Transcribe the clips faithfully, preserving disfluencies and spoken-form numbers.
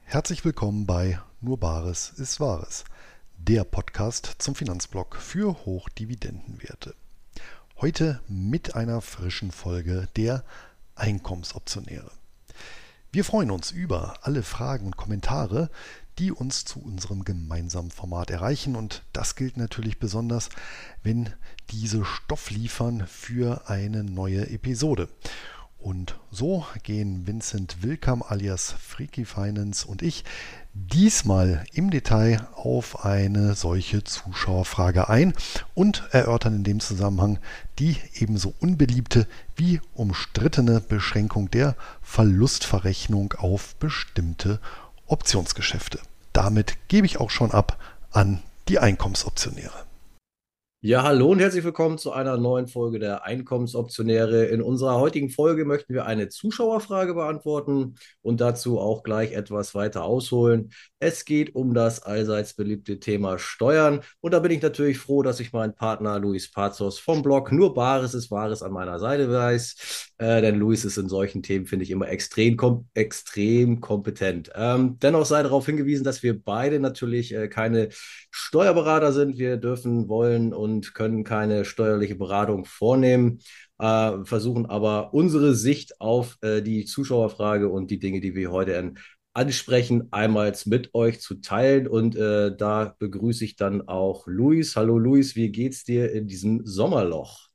Herzlich willkommen bei Nur Bares ist Wahres, der Podcast zum Finanzblock für Hochdividendenwerte. Heute mit einer frischen Folge der Einkommensoptionäre. Wir freuen uns über alle Fragen und Kommentare, die uns zu unserem gemeinsamen Format erreichen, und das gilt natürlich besonders, wenn diese Stoff liefern für eine neue Episode. Und so gehen Vincent Willkamp alias Freaky Finance und ich diesmal im Detail auf eine solche Zuschauerfrage ein und erörtern in dem Zusammenhang die ebenso unbeliebte wie umstrittene Beschränkung der Verlustverrechnung auf bestimmte Optionsgeschäfte. Damit gebe ich auch schon ab an die Einkommensoptionäre. Ja, hallo und herzlich willkommen zu einer neuen Folge der Einkommensoptionäre. In unserer heutigen Folge möchten wir eine Zuschauerfrage beantworten und dazu auch gleich etwas weiter ausholen. Es geht um das allseits beliebte Thema Steuern, und da bin ich natürlich froh, dass ich meinen Partner Luis Pazos vom Blog Nur Bares ist Wahres an meiner Seite weiß, äh, denn Luis ist in solchen Themen, finde ich, immer extrem, kom extrem kompetent. Ähm, dennoch sei darauf hingewiesen, dass wir beide natürlich äh, keine Steuerberater sind. Wir dürfen, wollen und können keine steuerliche Beratung vornehmen, äh, versuchen aber unsere Sicht auf äh, die Zuschauerfrage und die Dinge, die wir heute in ansprechen, einmal mit euch zu teilen. Und äh, da begrüße ich dann auch Luis. Hallo Luis, wie geht's dir in diesem Sommerloch?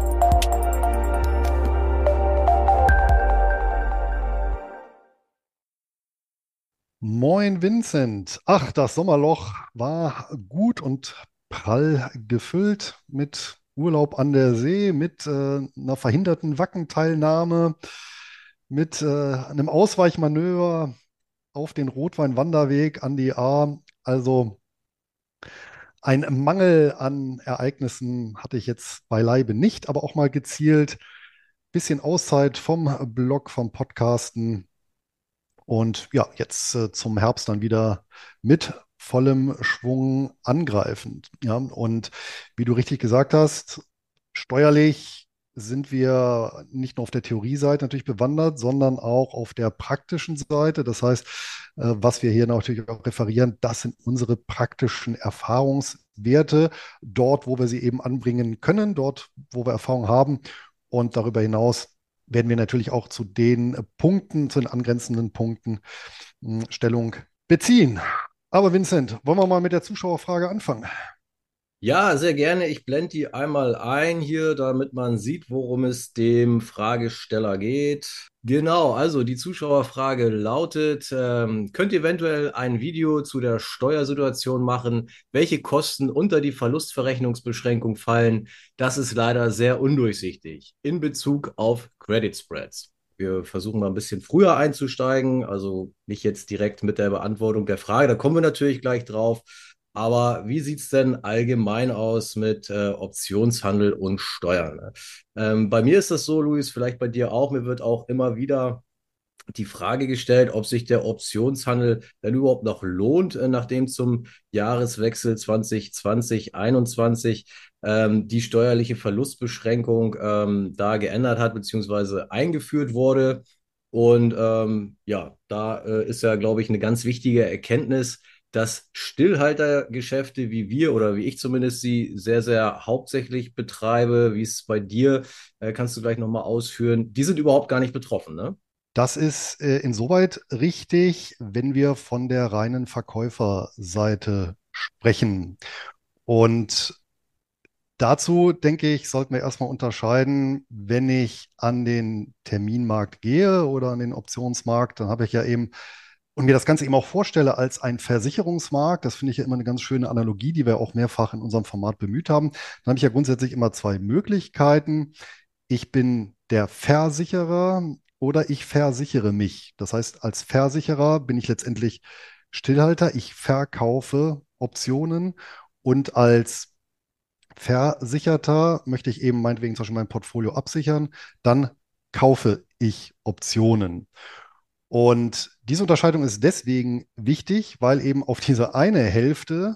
Moin Vincent. Ach, das Sommerloch war gut und prall gefüllt mit Urlaub an der See, mit äh, einer verhinderten Wackenteilnahme, mit äh, einem Ausweichmanöver auf den Rotweinwanderweg an die A. Also ein Mangel an Ereignissen hatte ich jetzt beileibe nicht, aber auch mal gezielt bisschen Auszeit vom Blog, vom Podcasten. Und ja, jetzt äh, zum Herbst dann wieder mit vollem Schwung angreifen. Ja, und wie du richtig gesagt hast, steuerlich sind wir nicht nur auf der Theorieseite natürlich bewandert, sondern auch auf der praktischen Seite. Das heißt, äh, was wir hier natürlich auch referieren, das sind unsere praktischen Erfahrungswerte, dort, wo wir sie eben anbringen können, dort, wo wir Erfahrung haben. Und darüber hinaus werden wir natürlich auch zu den Punkten, zu den angrenzenden Punkten mh, Stellung beziehen. Aber Vincent, wollen wir mal mit der Zuschauerfrage anfangen? Ja, sehr gerne. Ich blende die einmal ein hier, damit man sieht, worum es dem Fragesteller geht. Genau, also die Zuschauerfrage lautet, ähm, könnt ihr eventuell ein Video zu der Steuersituation machen, welche Kosten unter die Verlustverrechnungsbeschränkung fallen? Das ist leider sehr undurchsichtig in Bezug auf Credit Spreads. Wir versuchen mal ein bisschen früher einzusteigen, also nicht jetzt direkt mit der Beantwortung der Frage, da kommen wir natürlich gleich drauf. Aber wie sieht es denn allgemein aus mit äh, Optionshandel und Steuern? Ne? Ähm, bei mir ist das so, Luis, vielleicht bei dir auch. Mir wird auch immer wieder die Frage gestellt, ob sich der Optionshandel denn überhaupt noch lohnt, äh, nachdem zum Jahreswechsel zwanzig zwanzig einundzwanzig ähm, die steuerliche Verlustbeschränkung ähm, da geändert hat, beziehungsweise eingeführt wurde. Und ähm, ja, da äh, ist ja, glaube ich, eine ganz wichtige Erkenntnis, dass Stillhaltergeschäfte, wie wir oder wie ich zumindest sie sehr, sehr hauptsächlich betreibe, wie ist es bei dir, äh, kannst du gleich nochmal ausführen, die sind überhaupt gar nicht betroffen, ne? Das ist äh, insoweit richtig, wenn wir von der reinen Verkäuferseite sprechen. Und dazu denke ich, sollten wir erstmal unterscheiden, wenn ich an den Terminmarkt gehe oder an den Optionsmarkt, dann habe ich ja eben und mir das Ganze eben auch vorstelle als ein Versicherungsmarkt. Das finde ich ja immer eine ganz schöne Analogie, die wir auch mehrfach in unserem Format bemüht haben. Dann habe ich ja grundsätzlich immer zwei Möglichkeiten. Ich bin der Versicherer oder ich versichere mich. Das heißt, als Versicherer bin ich letztendlich Stillhalter. Ich verkaufe Optionen, und als Versicherter möchte ich eben meinetwegen zum Beispiel mein Portfolio absichern. Dann kaufe ich Optionen. Und diese Unterscheidung ist deswegen wichtig, weil eben auf diese eine Hälfte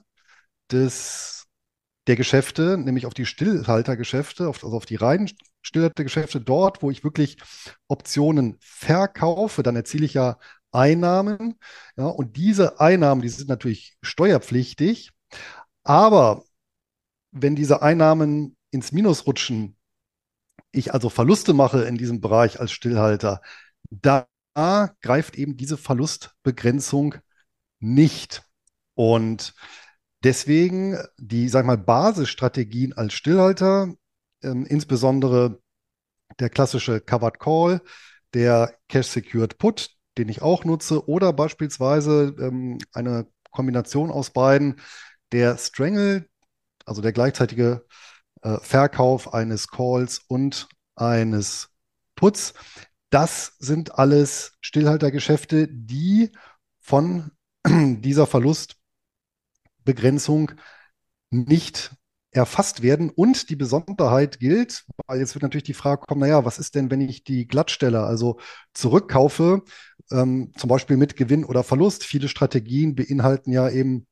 des, der Geschäfte, nämlich auf die Stillhaltergeschäfte, auf, also auf die reinen Stillhaltergeschäfte, dort, wo ich wirklich Optionen verkaufe, dann erziele ich ja Einnahmen. Ja, und diese Einnahmen, die sind natürlich steuerpflichtig. Aber wenn diese Einnahmen ins Minus rutschen, ich also Verluste mache in diesem Bereich als Stillhalter, da greift eben diese Verlustbegrenzung nicht. Und deswegen die, sag ich mal, Basisstrategien als Stillhalter, ähm, insbesondere der klassische Covered Call, der Cash Secured Put, den ich auch nutze, oder beispielsweise ähm, eine Kombination aus beiden, der Strangle, also der gleichzeitige äh, Verkauf eines Calls und eines Puts. Das sind alles Stillhaltergeschäfte, die von dieser Verlustbegrenzung nicht erfasst werden. Und die Besonderheit gilt, weil jetzt wird natürlich die Frage kommen, naja, was ist denn, wenn ich die glattstelle, also zurückkaufe, ähm, zum Beispiel mit Gewinn oder Verlust? Viele Strategien beinhalten ja eben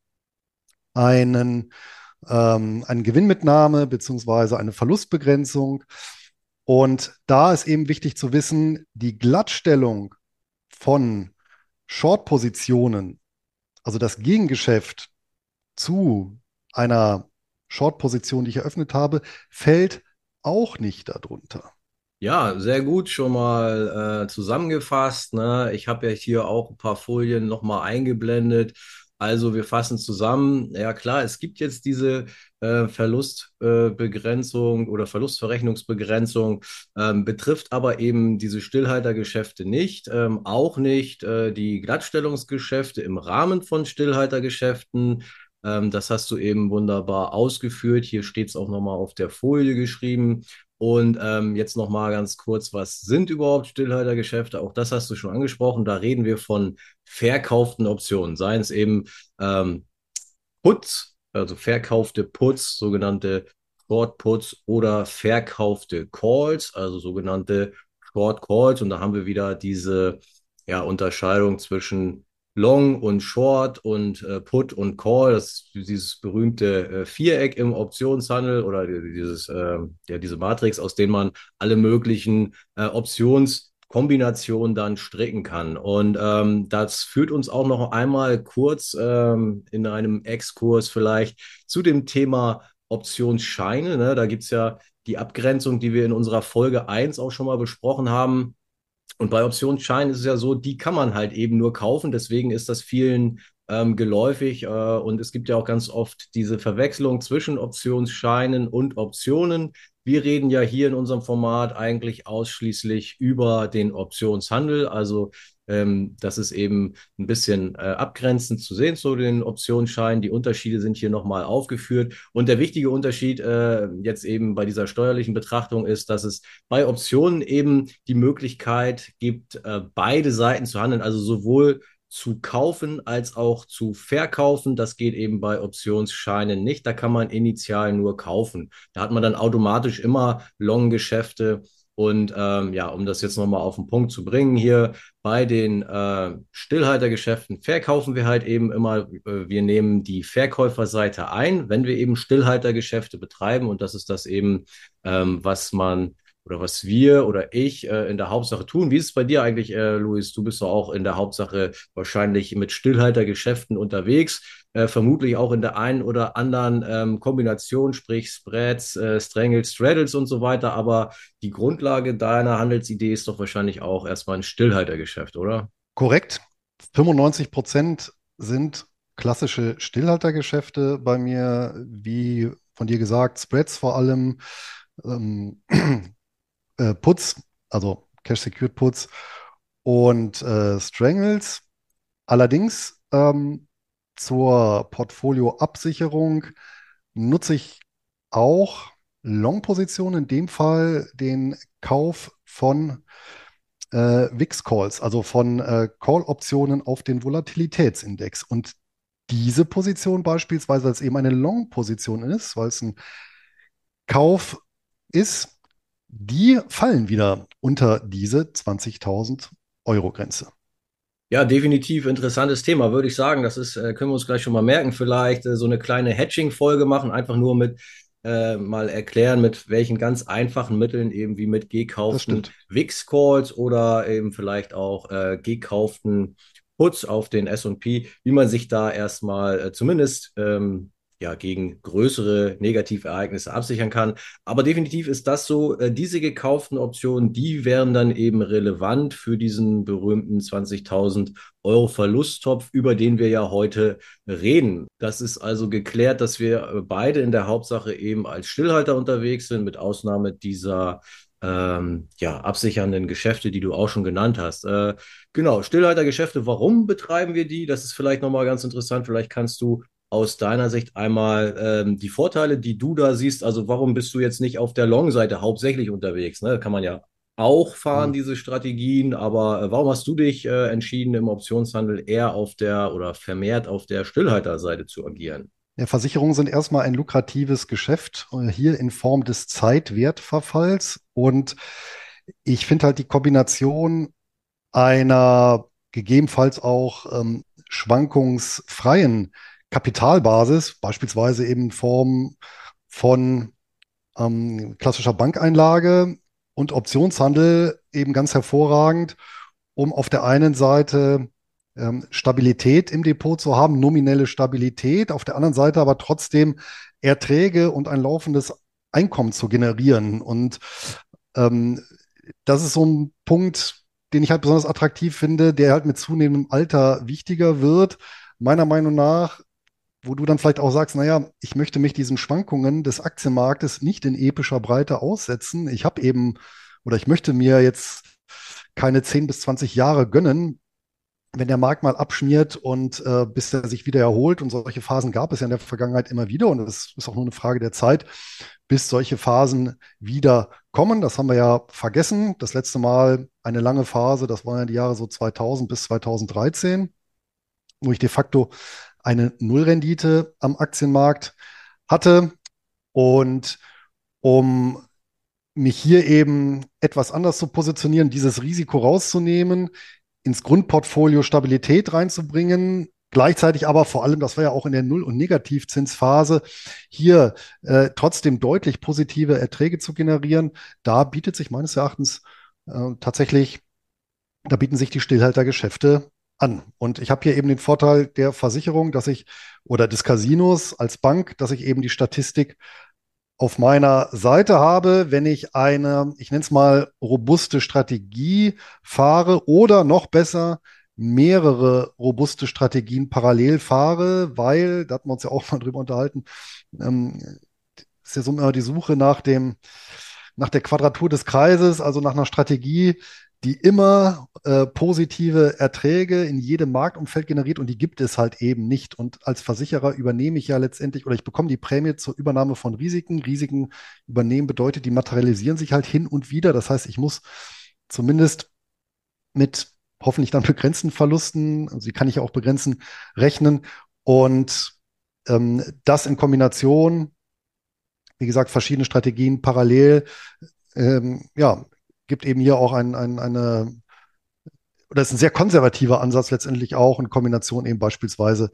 einen, ähm, eine Gewinnmitnahme beziehungsweise eine Verlustbegrenzung. Und da ist eben wichtig zu wissen, die Glattstellung von Short-Positionen, also das Gegengeschäft zu einer Short-Position, die ich eröffnet habe, fällt auch nicht darunter. Ja, sehr gut schon mal äh, zusammengefasst. Ne? Ich habe ja hier auch ein paar Folien nochmal eingeblendet. Also wir fassen zusammen. Ja klar, es gibt jetzt diese äh, Verlustbegrenzung äh, Begrenzung oder Verlustverrechnungsbegrenzung, ähm, betrifft aber eben diese Stillhaltergeschäfte nicht, ähm, auch nicht äh, die Glattstellungsgeschäfte im Rahmen von Stillhaltergeschäften. Ähm, das hast du eben wunderbar ausgeführt. Hier steht es auch nochmal auf der Folie geschrieben. Und ähm, jetzt noch mal ganz kurz, was sind überhaupt Stillhaltergeschäfte? Auch das hast du schon angesprochen. Da reden wir von verkauften Optionen, seien es eben ähm, Puts, also verkaufte Puts, sogenannte Short Puts oder verkaufte Calls, also sogenannte Short Calls. Und da haben wir wieder diese ja, Unterscheidung zwischen Long und Short und äh, Put und Call. Das ist dieses berühmte äh, Viereck im Optionshandel oder dieses, äh, ja, diese Matrix, aus dem man alle möglichen äh, Optionskombinationen dann stricken kann. Und ähm, das führt uns auch noch einmal kurz ähm, in einem Exkurs vielleicht zu dem Thema Optionsscheine. Ne? Da gibt es ja die Abgrenzung, die wir in unserer Folge eins auch schon mal besprochen haben. Und bei Optionsscheinen ist es ja so, die kann man halt eben nur kaufen. Deswegen ist das vielen ähm, geläufig. Äh, und es gibt ja auch ganz oft diese Verwechslung zwischen Optionsscheinen und Optionen. Wir reden ja hier in unserem Format eigentlich ausschließlich über den Optionshandel. Also ähm, das ist eben ein bisschen äh, abgrenzend zu sehen zu den Optionsscheinen. Die Unterschiede sind hier nochmal aufgeführt. Und der wichtige Unterschied äh, jetzt eben bei dieser steuerlichen Betrachtung ist, dass es bei Optionen eben die Möglichkeit gibt, äh, beide Seiten zu handeln, also sowohl zu kaufen als auch zu verkaufen. Das geht eben bei Optionsscheinen nicht. Da kann man initial nur kaufen. Da hat man dann automatisch immer Long-Geschäfte. Und ähm, ja, um das jetzt nochmal auf den Punkt zu bringen, hier bei den äh, Stillhaltergeschäften verkaufen wir halt eben immer, äh, wir nehmen die Verkäuferseite ein, wenn wir eben Stillhaltergeschäfte betreiben. Und das ist das eben, ähm, was man oder was wir oder ich äh, in der Hauptsache tun. Wie ist es bei dir eigentlich, äh, Luis? Du bist doch auch in der Hauptsache wahrscheinlich mit Stillhaltergeschäften unterwegs, äh, vermutlich auch in der einen oder anderen ähm, Kombination, sprich Spreads, äh, Strangles, Straddles und so weiter. Aber die Grundlage deiner Handelsidee ist doch wahrscheinlich auch erstmal ein Stillhaltergeschäft, oder? Korrekt. fünfundneunzig Prozent sind klassische Stillhaltergeschäfte bei mir, wie von dir gesagt, Spreads vor allem, ähm, äh, Puts, also Cash Secured Puts und äh, Strangles. Allerdings ähm, zur Portfolioabsicherung nutze ich auch Long-Positionen, in dem Fall den Kauf von äh, V I X-Calls, also von äh, Call-Optionen auf den Volatilitätsindex. Und diese Position beispielsweise, weil es eben eine Long-Position ist, weil es ein Kauf ist, die fallen wieder unter diese zwanzigtausend Euro Grenze. Ja, definitiv interessantes Thema, würde ich sagen. Das ist, äh, können wir uns gleich schon mal merken, vielleicht äh, so eine kleine Hedging-Folge machen, einfach nur mit äh, mal erklären, mit welchen ganz einfachen Mitteln, eben wie mit Das gekauften stimmt. V I X-Calls oder eben vielleicht auch äh, gekauften Puts auf den S und P, wie man sich da erstmal äh, zumindest ähm, ja, gegen größere Negativereignisse absichern kann. Aber definitiv ist das so, äh, diese gekauften Optionen, die wären dann eben relevant für diesen berühmten zwanzigtausend Euro Verlusttopf, über den wir ja heute reden. Das ist also geklärt, dass wir äh, beide in der Hauptsache eben als Stillhalter unterwegs sind, mit Ausnahme dieser ähm, ja, absichernden Geschäfte, die du auch schon genannt hast. Äh, genau, Stillhaltergeschäfte, warum betreiben wir die? Das ist vielleicht nochmal ganz interessant. Vielleicht kannst du aus deiner Sicht einmal ähm, die Vorteile, die du da siehst. Also warum bist du jetzt nicht auf der Long-Seite hauptsächlich unterwegs? Ne? Kann man ja auch fahren, Hm. diese Strategien, aber äh, warum hast du dich äh, entschieden, im Optionshandel eher auf der oder vermehrt auf der Stillhalterseite zu agieren? Ja, Versicherungen sind erstmal ein lukratives Geschäft, äh, hier in Form des Zeitwertverfalls. Und ich finde halt die Kombination einer gegebenenfalls auch ähm, schwankungsfreien Kapitalbasis, beispielsweise eben in Form von ähm, klassischer Bankeinlage und Optionshandel, eben ganz hervorragend, um auf der einen Seite ähm, Stabilität im Depot zu haben, nominelle Stabilität, auf der anderen Seite aber trotzdem Erträge und ein laufendes Einkommen zu generieren. Und ähm, das ist so ein Punkt, den ich halt besonders attraktiv finde, der halt mit zunehmendem Alter wichtiger wird. Meiner Meinung nach, wo du dann vielleicht auch sagst, naja, ich möchte mich diesen Schwankungen des Aktienmarktes nicht in epischer Breite aussetzen. Ich habe eben oder ich möchte mir jetzt keine zehn bis zwanzig Jahre gönnen, wenn der Markt mal abschmiert und äh, bis er sich wieder erholt. Und solche Phasen gab es ja in der Vergangenheit immer wieder. Und es ist auch nur eine Frage der Zeit, bis solche Phasen wieder kommen. Das haben wir ja vergessen. Das letzte Mal eine lange Phase, das waren ja die Jahre so zweitausend bis zweitausenddreizehn, wo ich de facto eine Nullrendite am Aktienmarkt hatte. Und um mich hier eben etwas anders zu positionieren, dieses Risiko rauszunehmen, ins Grundportfolio Stabilität reinzubringen, gleichzeitig aber vor allem, das war ja auch in der Null- und Negativzinsphase, hier äh, trotzdem deutlich positive Erträge zu generieren. Da bietet sich meines Erachtens äh, tatsächlich, da bieten sich die Stillhaltergeschäfte an. Und ich habe hier eben den Vorteil der Versicherung, dass ich oder des Casinos als Bank, dass ich eben die Statistik auf meiner Seite habe, wenn ich eine, ich nenne es mal, robuste Strategie fahre oder noch besser mehrere robuste Strategien parallel fahre, weil, da hatten wir uns ja auch mal drüber unterhalten, ähm, ist ja so immer die Suche nach dem, nach der Quadratur des Kreises, also nach einer Strategie, die immer äh, positive Erträge in jedem Marktumfeld generiert und die gibt es halt eben nicht. Und als Versicherer übernehme ich ja letztendlich oder ich bekomme die Prämie zur Übernahme von Risiken. Risiken übernehmen bedeutet, die materialisieren sich halt hin und wieder. Das heißt, ich muss zumindest mit hoffentlich dann begrenzten Verlusten, also die kann ich ja auch begrenzen, rechnen. Und ähm, das in Kombination, wie gesagt, verschiedene Strategien parallel, ähm, ja, gibt eben hier auch ein, ein, eine, oder ist ein sehr konservativer Ansatz letztendlich auch in Kombination eben beispielsweise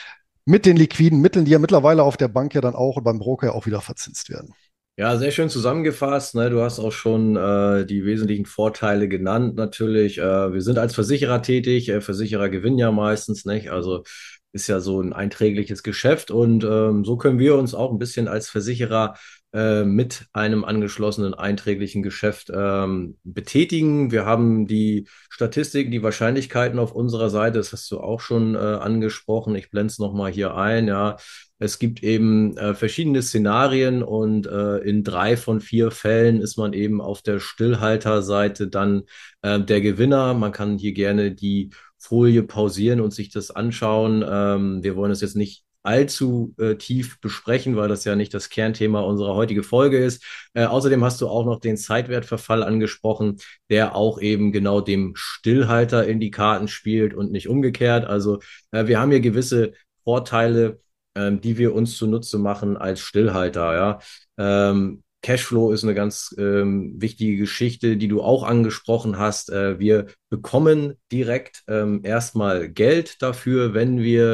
mit den liquiden Mitteln, die ja mittlerweile auf der Bank ja dann auch und beim Broker ja auch wieder verzinst werden. Ja, sehr schön zusammengefasst. Ne? Du hast auch schon äh, die wesentlichen Vorteile genannt, natürlich. Äh, wir sind als Versicherer tätig. Äh, Versicherer gewinnen ja meistens, nicht? Also ist ja so ein einträgliches Geschäft und ähm, so können wir uns auch ein bisschen als Versicherer äh, mit einem angeschlossenen einträglichen Geschäft ähm, betätigen. Wir haben die Statistiken, die Wahrscheinlichkeiten auf unserer Seite. Das hast du auch schon äh, angesprochen. Ich blende es nochmal hier ein. Ja, es gibt eben äh, verschiedene Szenarien und äh, in drei von vier Fällen ist man eben auf der Stillhalterseite dann äh, der Gewinner. Man kann hier gerne die Folie pausieren und sich das anschauen. Ähm, wir wollen es jetzt nicht allzu äh, tief besprechen, weil das ja nicht das Kernthema unserer heutigen Folge ist. Äh, außerdem hast du auch noch den Zeitwertverfall angesprochen, der auch eben genau dem Stillhalter in die Karten spielt und nicht umgekehrt. Also äh, wir haben hier gewisse Vorteile, ähm, die wir uns zunutze machen als Stillhalter, ja. Ähm, Cashflow ist eine ganz ähm, wichtige Geschichte, die du auch angesprochen hast. Äh, wir bekommen direkt ähm, erstmal Geld dafür, wenn wir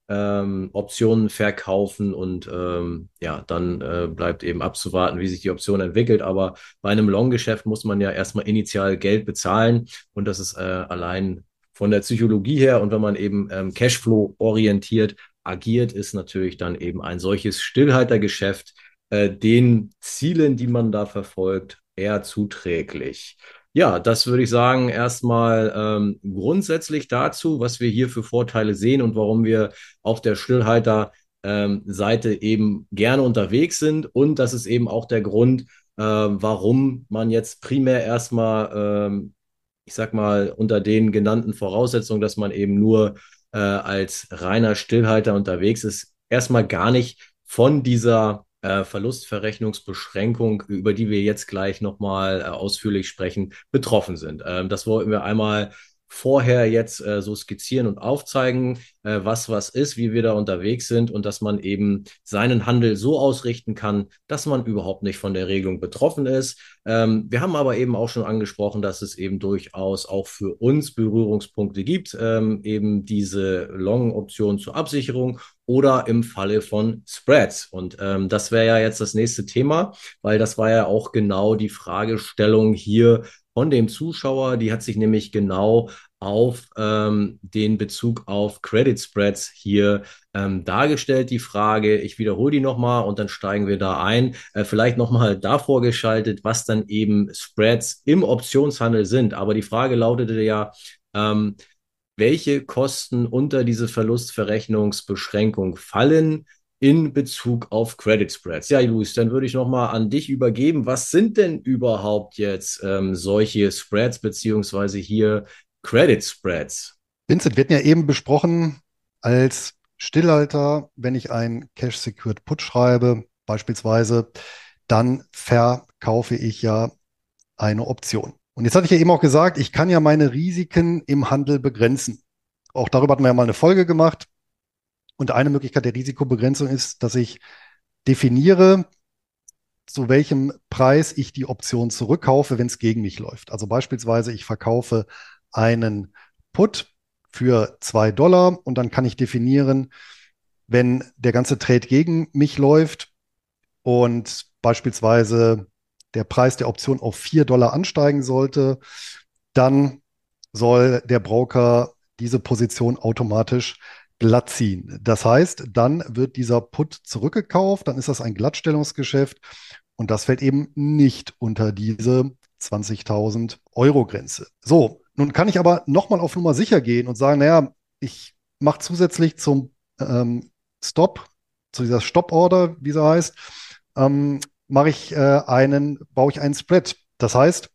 ähm, Optionen verkaufen und ähm, ja, dann äh, bleibt eben abzuwarten, wie sich die Option entwickelt. Aber bei einem Long-Geschäft muss man ja erstmal initial Geld bezahlen und das ist äh, allein von der Psychologie her und wenn man eben ähm, Cashflow orientiert agiert, ist natürlich dann eben ein solches Stillhaltergeschäft äh, den Zielen, die man da verfolgt, eher zuträglich. Ja, das würde ich sagen, erstmal ähm, grundsätzlich dazu, was wir hier für Vorteile sehen und warum wir auf der Stillhalter ähm, Seite eben gerne unterwegs sind. Und das ist eben auch der Grund, äh, warum man jetzt primär erstmal, ähm, ich sag mal, unter den genannten Voraussetzungen, dass man eben nur äh, als reiner Stillhalter unterwegs ist, erstmal gar nicht von dieser äh, Verlustverrechnungsbeschränkung, über die wir jetzt gleich nochmal äh, ausführlich sprechen, betroffen sind. Ähm, das wollten wir einmal vorher jetzt äh, so skizzieren und aufzeigen, äh, was was ist, wie wir da unterwegs sind und dass man eben seinen Handel so ausrichten kann, dass man überhaupt nicht von der Regelung betroffen ist. Ähm, wir haben aber eben auch schon angesprochen, dass es eben durchaus auch für uns Berührungspunkte gibt, ähm, eben diese Long-Option zur Absicherung oder im Falle von Spreads. Und ähm, das wäre ja jetzt das nächste Thema, weil das war ja auch genau die Fragestellung hier von dem Zuschauer. Die hat sich nämlich genau auf ähm, den Bezug auf Credit Spreads hier ähm, dargestellt, die Frage. Ich wiederhole die nochmal und dann steigen wir da ein. Äh, vielleicht nochmal davor geschaltet, was dann eben Spreads im Optionshandel sind. Aber die Frage lautete ja, ähm, welche Kosten unter diese Verlustverrechnungsbeschränkung fallen in Bezug auf Credit Spreads. Ja, Luis, dann würde ich nochmal an dich übergeben. Was sind denn überhaupt jetzt ähm, solche Spreads beziehungsweise hier Credit Spreads? Vincent, wir hatten ja eben besprochen, als Stillhalter, wenn ich einen Cash-Secured Put schreibe, beispielsweise, dann verkaufe ich ja eine Option. Und jetzt hatte ich ja eben auch gesagt, ich kann ja meine Risiken im Handel begrenzen. Auch darüber hatten wir ja mal eine Folge gemacht. Und eine Möglichkeit der Risikobegrenzung ist, dass ich definiere, zu welchem Preis ich die Option zurückkaufe, wenn es gegen mich läuft. Also beispielsweise, ich verkaufe einen Put für zwei Dollar und dann kann ich definieren, wenn der ganze Trade gegen mich läuft und beispielsweise der Preis der Option auf vier Dollar ansteigen sollte, dann soll der Broker diese Position automatisch glatt ziehen. Das heißt, dann wird dieser Put zurückgekauft, dann ist das ein Glattstellungsgeschäft und das fällt eben nicht unter diese zwanzigtausend Euro Grenze. So, nun kann ich aber nochmal auf Nummer sicher gehen und sagen, naja, ich mache zusätzlich zum ähm, Stop, zu dieser Stop-Order, wie sie heißt, ähm, mache ich äh, einen, baue ich einen Spread. Das heißt,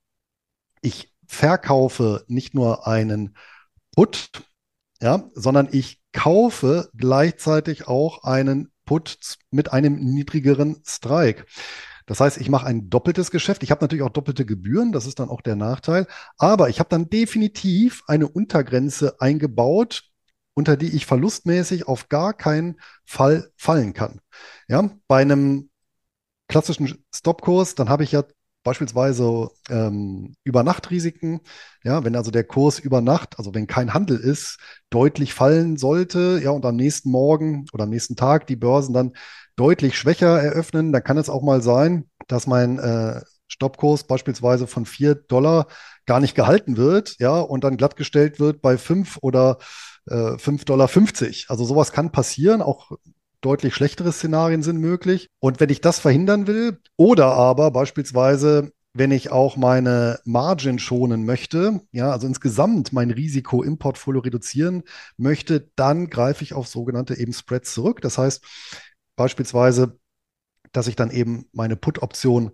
ich verkaufe nicht nur einen Put, ja, sondern ich kaufe gleichzeitig auch einen Put mit einem niedrigeren Strike. Das heißt, ich mache ein doppeltes Geschäft. Ich habe natürlich auch doppelte Gebühren, das ist dann auch der Nachteil. Aber ich habe dann definitiv eine Untergrenze eingebaut, unter die ich verlustmäßig auf gar keinen Fall fallen kann. Ja, bei einem klassischen Stopkurs, dann habe ich ja beispielsweise ähm, Übernachtrisiken. Ja, wenn also der Kurs über Nacht, also wenn kein Handel ist, deutlich fallen sollte, ja, und am nächsten Morgen oder am nächsten Tag die Börsen dann deutlich schwächer eröffnen, dann kann es auch mal sein, dass mein äh, Stoppkurs beispielsweise von vier Dollar gar nicht gehalten wird, ja, und dann glattgestellt wird bei fünf oder äh, fünf Dollar fünfzig. Also sowas kann passieren, auch deutlich schlechtere Szenarien sind möglich. Und wenn ich das verhindern will, oder aber beispielsweise, wenn ich auch meine Margin schonen möchte, ja, also insgesamt mein Risiko im Portfolio reduzieren möchte, dann greife ich auf sogenannte eben Spreads zurück. Das heißt beispielsweise, dass ich dann eben meine Put-Option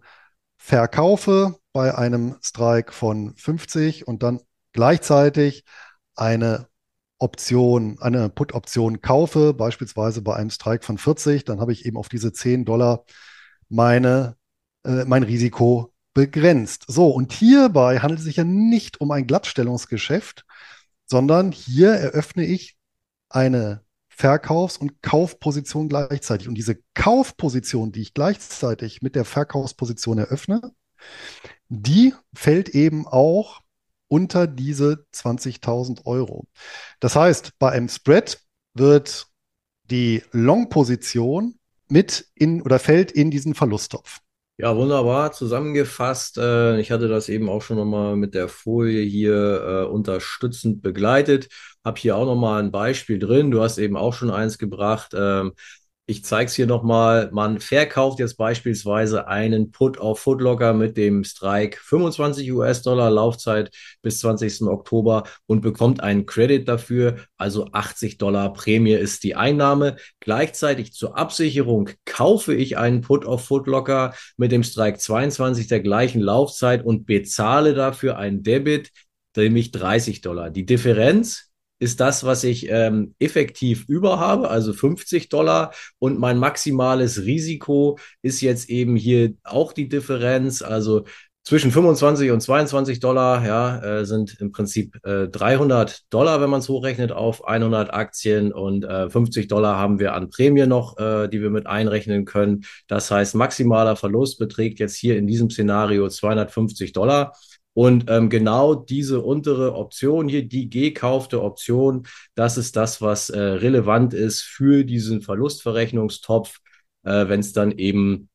verkaufe bei einem Strike von fünfzig und dann gleichzeitig eine Option, eine Put-Option kaufe, beispielsweise bei einem Strike von vierzig, dann habe ich eben auf diese zehn Dollar meine, äh, mein Risiko begrenzt. So, und hierbei handelt es sich ja nicht um ein Glattstellungsgeschäft, sondern hier eröffne ich eine Verkaufs- und Kaufposition gleichzeitig. Und diese Kaufposition, die ich gleichzeitig mit der Verkaufsposition eröffne, die fällt eben auch unter diese zwanzigtausend Euro. Das heißt, bei einem Spread wird die Long-Position mit in oder fällt in diesen Verlusttopf. Ja, wunderbar zusammengefasst. Äh, Ich hatte das eben auch schon nochmal mit der Folie hier äh, unterstützend begleitet. Hab hier auch nochmal ein Beispiel drin. Du hast eben auch schon eins gebracht. Ähm, Ich zeige es hier nochmal. Man verkauft jetzt beispielsweise einen Put auf Footlocker mit dem Strike fünfundzwanzig U S-Dollar Laufzeit bis zwanzigsten Oktober und bekommt einen Credit dafür. Also achtzig Dollar Prämie ist die Einnahme. Gleichzeitig zur Absicherung kaufe ich einen Put auf Footlocker mit dem Strike zweiundzwanzig der gleichen Laufzeit und bezahle dafür ein Debit, nämlich dreißig Dollar. Die Differenz ist das, was ich ähm, effektiv über habe, also fünfzig Dollar. Und mein maximales Risiko ist jetzt eben hier auch die Differenz, also zwischen fünfundzwanzig und zweiundzwanzig Dollar, ja, äh, sind im Prinzip äh, dreihundert Dollar, wenn man es hochrechnet, auf hundert Aktien und äh, fünfzig Dollar haben wir an Prämie noch, äh, die wir mit einrechnen können. Das heißt, maximaler Verlust beträgt jetzt hier in diesem Szenario zweihundertfünfzig Dollar. Und ähm, genau diese untere Option hier, die gekaufte Option, das ist das, was äh, relevant ist für diesen Verlustverrechnungstopf, äh, wenn es dann eben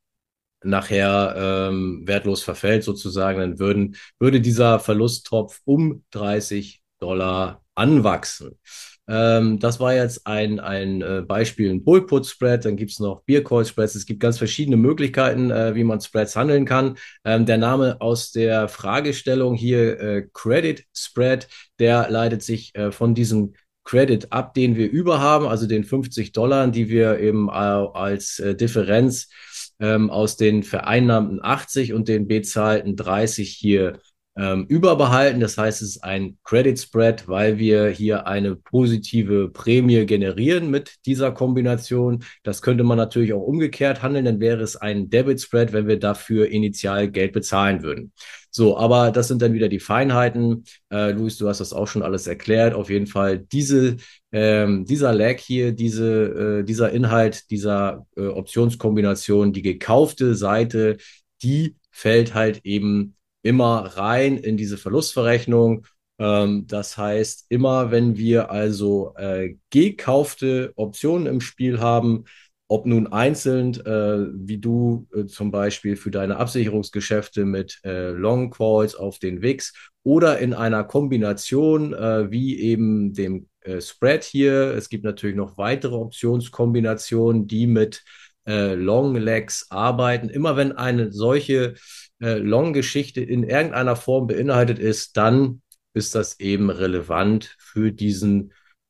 nachher ähm, wertlos verfällt sozusagen, dann würden, würde dieser Verlusttopf um dreißig Dollar anwachsen. Ähm, das war jetzt ein, ein äh, Beispiel, ein Bull-Put-Spread, dann gibt es noch Beer-Call-Spreads, es gibt ganz verschiedene Möglichkeiten, äh, wie man Spreads handeln kann. Ähm, der Name aus der Fragestellung hier, äh, Credit Spread, der leitet sich äh, von diesem Credit ab, den wir über haben, also den fünfzig Dollar, die wir eben äh, als äh, Differenz ähm, aus den vereinnahmten achtzig und den bezahlten dreißig hier ähm, überbehalten. Das heißt, es ist ein Credit Spread, weil wir hier eine positive Prämie generieren mit dieser Kombination. Das könnte man natürlich auch umgekehrt handeln, dann wäre es ein Debit Spread, wenn wir dafür initial Geld bezahlen würden. So, aber das sind dann wieder die Feinheiten. Äh, Luis, du hast das auch schon alles erklärt. Auf jeden Fall diese ähm, dieser Lag hier, diese, äh, dieser Inhalt, dieser äh, Optionskombination, die gekaufte Seite, die fällt halt eben immer rein in diese Verlustverrechnung. Ähm, das heißt, immer wenn wir also äh, gekaufte Optionen im Spiel haben, ob nun einzeln, äh, wie du äh, zum Beispiel für deine Absicherungsgeschäfte mit äh, Long Calls auf den W I X oder in einer Kombination, äh, wie eben dem äh, Spread hier. Es gibt natürlich noch weitere Optionskombinationen, die mit äh, Long Legs arbeiten. Immer wenn eine solche äh, Long-Geschichte in irgendeiner Form beinhaltet ist, dann ist das eben relevant für diesen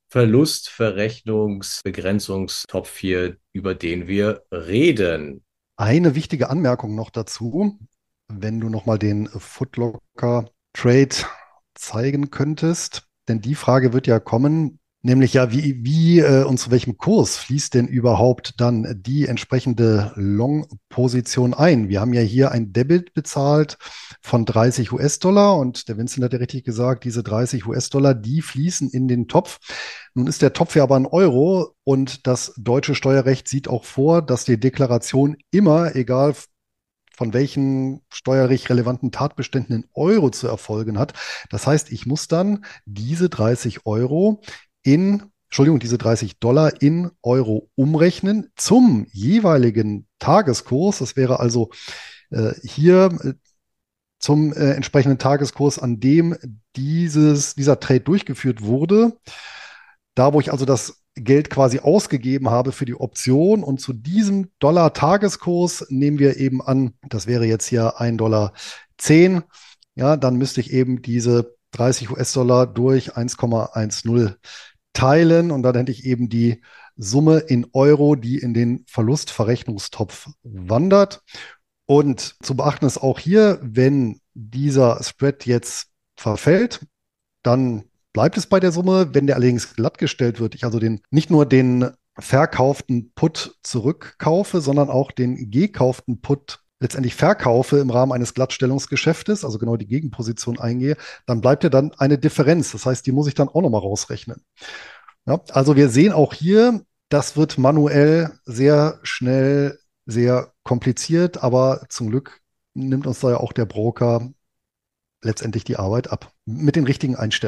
Verlustverrechnungsbegrenzungstopf hier, über den wir reden. Eine wichtige Anmerkung noch dazu, wenn du nochmal den Footlocker Trade zeigen könntest, denn die Frage wird ja kommen, nämlich ja, wie, wie äh, und zu welchem Kurs fließt denn überhaupt dann die entsprechende Long-Position ein? Wir haben ja hier ein Debit bezahlt von dreißig U S-Dollar und der Vincent hat ja richtig gesagt, diese dreißig U S-Dollar, die fließen in den Topf. Nun ist der Topf ja aber ein Euro und das deutsche Steuerrecht sieht auch vor, dass die Deklaration immer, egal von welchen steuerlich relevanten Tatbeständen in Euro zu erfolgen hat. Das heißt, ich muss dann diese dreißig Euro in, Entschuldigung, diese dreißig Dollar in Euro umrechnen zum jeweiligen Tageskurs. Das wäre also äh, hier äh, zum äh, entsprechenden Tageskurs, an dem dieses, dieser Trade durchgeführt wurde. Da, wo ich also das Geld quasi ausgegeben habe für die Option und zu diesem Dollar-Tageskurs nehmen wir eben an, das wäre jetzt hier ein Dollar zehn, ja, dann müsste ich eben diese dreißig U S-Dollar durch eins Komma zehn teilen und dann hätte ich eben die Summe in Euro, die in den Verlustverrechnungstopf wandert. Und zu beachten ist auch hier, wenn dieser Spread jetzt verfällt, dann bleibt es bei der Summe. Wenn der allerdings glattgestellt wird, ich also den, nicht nur den verkauften Put zurückkaufe, sondern auch den gekauften Put letztendlich verkaufe im Rahmen eines Glattstellungsgeschäftes, also genau die Gegenposition eingehe, dann bleibt ja dann eine Differenz. Das heißt, die muss ich dann auch nochmal rausrechnen. Ja, also wir sehen auch hier, das wird manuell sehr schnell, sehr kompliziert, aber zum Glück nimmt uns da ja auch der Broker letztendlich die Arbeit ab mit den richtigen Einstellungen.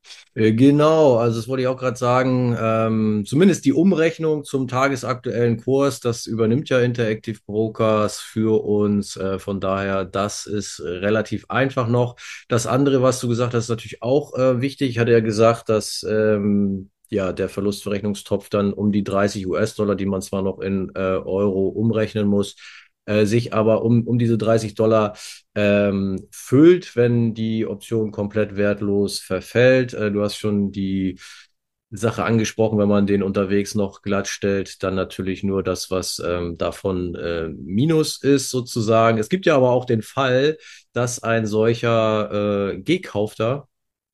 Äh, Genau, also das wollte ich auch gerade sagen. Ähm, zumindest die Umrechnung zum tagesaktuellen Kurs, das übernimmt ja Interactive Brokers für uns. Äh, von daher, das ist äh, relativ einfach noch. Das andere, was du gesagt hast, ist natürlich auch äh, wichtig. Ich hatte ja gesagt, dass ähm, ja der Verlustverrechnungstopf dann um die dreißig U S-Dollar, die man zwar noch in äh, Euro umrechnen muss, äh, sich aber um, um diese dreißig Dollar ähm, füllt, wenn die Option komplett wertlos verfällt. Äh, du hast schon die Sache angesprochen, wenn man den unterwegs noch glatt stellt, dann natürlich nur das, was ähm, davon äh, Minus ist, sozusagen. Es gibt ja aber auch den Fall, dass ein solcher äh, gekaufter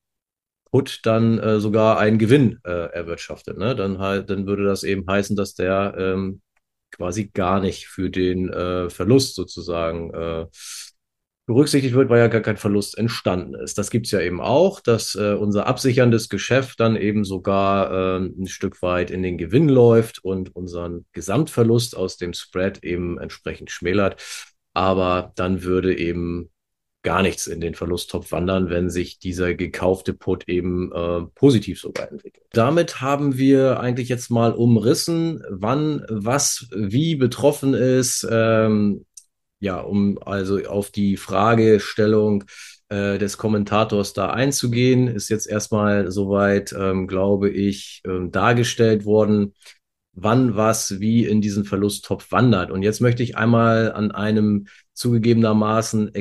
Put dann äh, sogar einen Gewinn äh, erwirtschaftet. Ne? Dann halt, dann würde das eben heißen, dass der ähm, quasi gar nicht für den äh, Verlust sozusagen äh, berücksichtigt wird, weil ja gar kein Verlust entstanden ist. Das gibt es ja eben auch, dass äh, unser absicherndes Geschäft dann eben sogar äh, ein Stück weit in den Gewinn läuft und unseren Gesamtverlust aus dem Spread eben entsprechend schmälert. Aber dann würde eben gar nichts in den Verlusttopf wandern, wenn sich dieser gekaufte Put eben äh, positiv sogar entwickelt. Damit haben wir eigentlich jetzt mal umrissen, wann was wie betroffen ist. Ähm, ja, um also auf die Fragestellung äh, des Kommentators da einzugehen, ist jetzt erstmal soweit, ähm, glaube ich, ähm, dargestellt worden, wann was wie in diesen Verlusttopf wandert. Und jetzt möchte ich einmal an einem zugegebenermaßen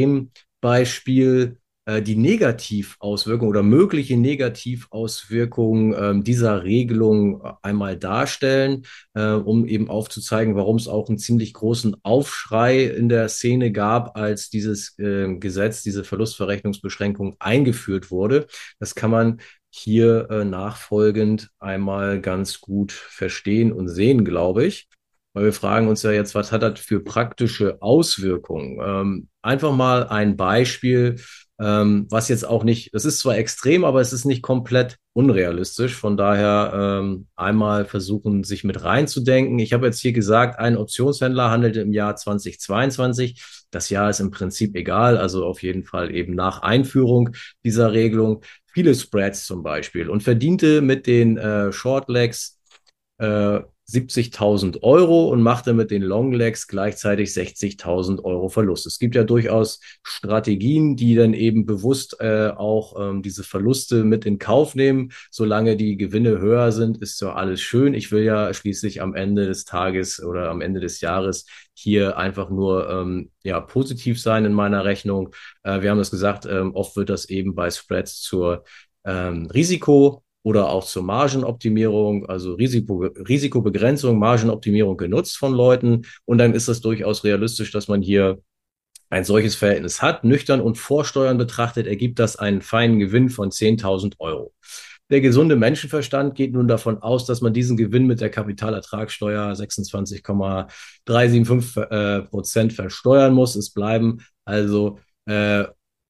Extrembeispiel äh, die Negativauswirkung oder mögliche Negativauswirkungen ähm, dieser Regelung einmal darstellen, äh, um eben aufzuzeigen, warum es auch einen ziemlich großen Aufschrei in der Szene gab, als dieses äh, Gesetz, diese Verlustverrechnungsbeschränkung eingeführt wurde. Das kann man hier äh, nachfolgend einmal ganz gut verstehen und sehen, glaube ich. Weil wir fragen uns ja jetzt, was hat das für praktische Auswirkungen? Ähm, einfach mal ein Beispiel, ähm, was jetzt auch nicht, es ist zwar extrem, aber es ist nicht komplett unrealistisch. Von daher ähm, einmal versuchen, sich mit reinzudenken. Ich habe jetzt hier gesagt, ein Optionshändler handelte im Jahr zweitausendzweiundzwanzig. Das Jahr ist im Prinzip egal, also auf jeden Fall eben nach Einführung dieser Regelung viele Spreads zum Beispiel und verdiente mit den äh, Shortlegs äh, siebzigtausend Euro und machte mit den Longlegs gleichzeitig sechzigtausend Euro Verlust. Es gibt ja durchaus Strategien, die dann eben bewusst äh, auch ähm, diese Verluste mit in Kauf nehmen. Solange die Gewinne höher sind, ist ja alles schön. Ich will ja schließlich am Ende des Tages oder am Ende des Jahres hier einfach nur ähm, ja, positiv sein in meiner Rechnung. Äh, wir haben es gesagt, ähm, oft wird das eben bei Spreads zur ähm, Risiko oder auch zur Margenoptimierung, also Risiko, Risikobegrenzung, Margenoptimierung genutzt von Leuten. Und dann ist es durchaus realistisch, dass man hier ein solches Verhältnis hat. Nüchtern und vor Steuern betrachtet ergibt das einen feinen Gewinn von zehntausend Euro. Der gesunde Menschenverstand geht nun davon aus, dass man diesen Gewinn mit der Kapitalertragssteuer sechsundzwanzig Komma dreihundertfünfundsiebzig Prozent versteuern muss. Es bleiben also äh,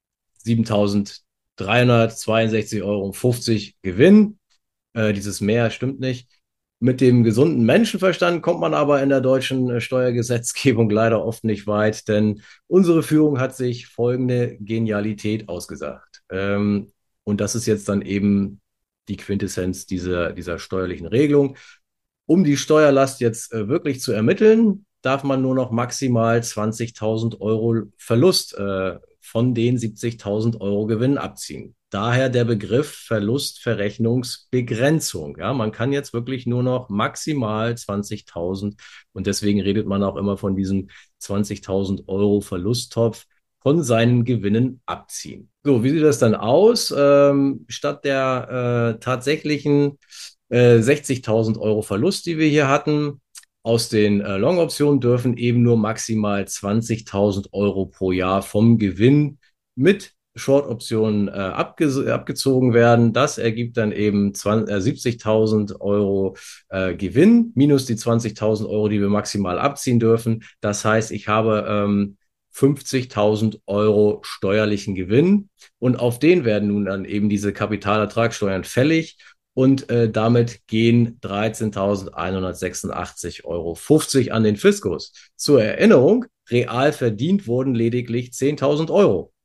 siebentausenddreihundertzweiundsechzig Euro fünfzig Gewinn. Äh, dieses Mehr stimmt nicht. Mit dem gesunden Menschenverstand kommt man aber in der deutschen äh, Steuergesetzgebung leider oft nicht weit, denn unsere Führung hat sich folgende Genialität ausgesagt. Ähm, und das ist jetzt dann eben die Quintessenz dieser, dieser steuerlichen Regelung. Um die Steuerlast jetzt äh, wirklich zu ermitteln, darf man nur noch maximal zwanzigtausend Euro Verlust äh, von den siebzigtausend Euro Gewinn abziehen. Daher der Begriff Verlustverrechnungsbegrenzung. Ja, man kann jetzt wirklich nur noch maximal zwanzigtausend und deswegen redet man auch immer von diesem zwanzigtausend Euro Verlusttopf von seinen Gewinnen abziehen. So, wie sieht das dann aus? Ähm, statt der äh, tatsächlichen äh, sechzigtausend Euro Verlust, die wir hier hatten, aus den äh, Long-Optionen dürfen eben nur maximal zwanzigtausend Euro pro Jahr vom Gewinn mit Short-Optionen äh, abge abgezogen werden. Das ergibt dann eben zwanzig, äh, siebzigtausend Euro äh, Gewinn minus die zwanzigtausend Euro, die wir maximal abziehen dürfen. Das heißt, ich habe ähm, fünfzigtausend Euro steuerlichen Gewinn und auf den werden nun dann eben diese Kapitalertragssteuern fällig und äh, damit gehen dreizehntausendeinhundertsechsundachtzig Euro fünfzig an den Fiskus. Zur Erinnerung, real verdient wurden lediglich zehntausend Euro.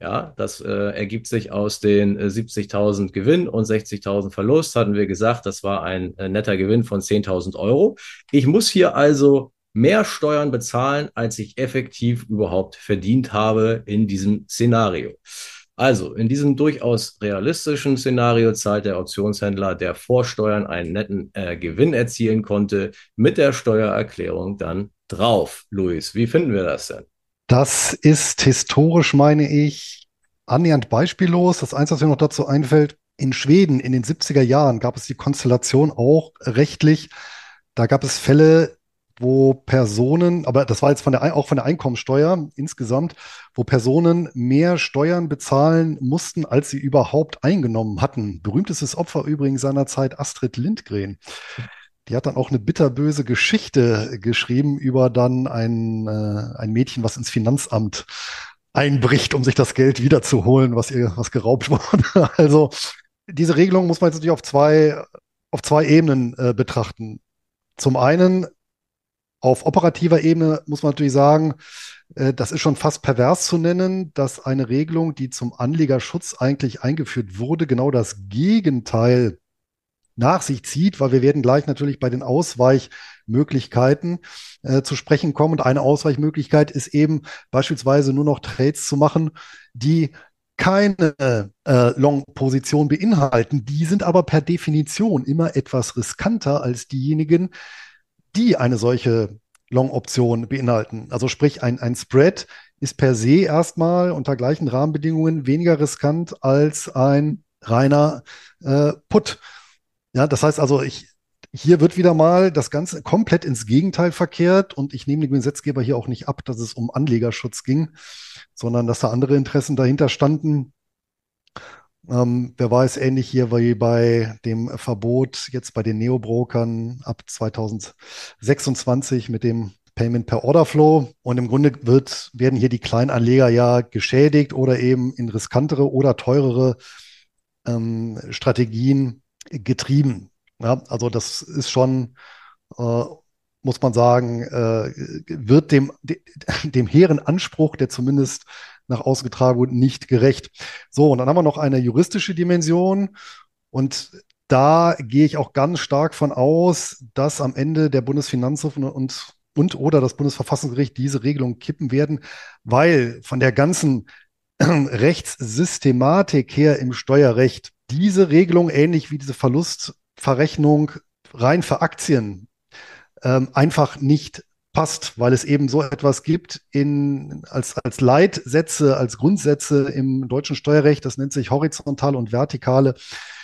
Ja, das äh, ergibt sich aus den äh, siebzigtausend Gewinn und sechzigtausend Verlust, hatten wir gesagt. Das war ein äh, netter Gewinn von zehntausend Euro. Ich muss hier also mehr Steuern bezahlen, als ich effektiv überhaupt verdient habe in diesem Szenario. Also, in diesem durchaus realistischen Szenario zahlt der Optionshändler, der vor Steuern einen netten äh, Gewinn erzielen konnte, mit der Steuererklärung dann drauf. Luis, wie finden wir das denn? Das ist historisch, meine ich, annähernd beispiellos. Das Einzige, was mir noch dazu einfällt, in Schweden in den siebziger Jahren gab es die Konstellation auch rechtlich. Da gab es Fälle, wo Personen, aber das war jetzt von der, auch von der Einkommensteuer insgesamt, wo Personen mehr Steuern bezahlen mussten, als sie überhaupt eingenommen hatten. Berühmtestes Opfer übrigens seinerzeit Astrid Lindgren. Die hat dann auch eine bitterböse Geschichte geschrieben über dann ein, äh, ein Mädchen, was ins Finanzamt einbricht, um sich das Geld wiederzuholen, was ihr was geraubt wurde. Also diese Regelung muss man jetzt natürlich auf zwei, auf zwei Ebenen äh, betrachten. Zum einen auf operativer Ebene muss man natürlich sagen, äh, das ist schon fast pervers zu nennen, dass eine Regelung, die zum Anlegerschutz eigentlich eingeführt wurde, genau das Gegenteil nach sich zieht, weil wir werden gleich natürlich bei den Ausweichmöglichkeiten äh, zu sprechen kommen. Und eine Ausweichmöglichkeit ist eben beispielsweise nur noch Trades zu machen, die keine äh, Long-Position beinhalten. Die sind aber per Definition immer etwas riskanter als diejenigen, die eine solche Long-Option beinhalten. Also sprich, ein, ein Spread ist per se erstmal unter gleichen Rahmenbedingungen weniger riskant als ein reiner äh, Put. Ja, das heißt also, ich, hier wird wieder mal das Ganze komplett ins Gegenteil verkehrt und ich nehme dem Gesetzgeber hier auch nicht ab, dass es um Anlegerschutz ging, sondern dass da andere Interessen dahinter standen. Ähm, wer weiß, ähnlich hier wie bei dem Verbot jetzt bei den Neobrokern ab zweitausendsechsundzwanzig mit dem Payment per Order Flow. Und im Grunde wird, werden hier die Kleinanleger ja geschädigt oder eben in riskantere oder teurere ähm, Strategien getrieben. Ja, also das ist schon, äh, muss man sagen, äh, wird dem, de, dem hehren Anspruch, der zumindest nach außen getragen wurde, nicht gerecht. So, und dann haben wir noch eine juristische Dimension. Und da gehe ich auch ganz stark von aus, dass am Ende der Bundesfinanzhof und, und, und oder das Bundesverfassungsgericht diese Regelung kippen werden, weil von der ganzen Rechtssystematik her im Steuerrecht diese Regelung, ähnlich wie diese Verlustverrechnung rein für Aktien, ähm, einfach nicht passt, weil es eben so etwas gibt in, als, als Leitsätze, als Grundsätze im deutschen Steuerrecht. Das nennt sich horizontale und vertikale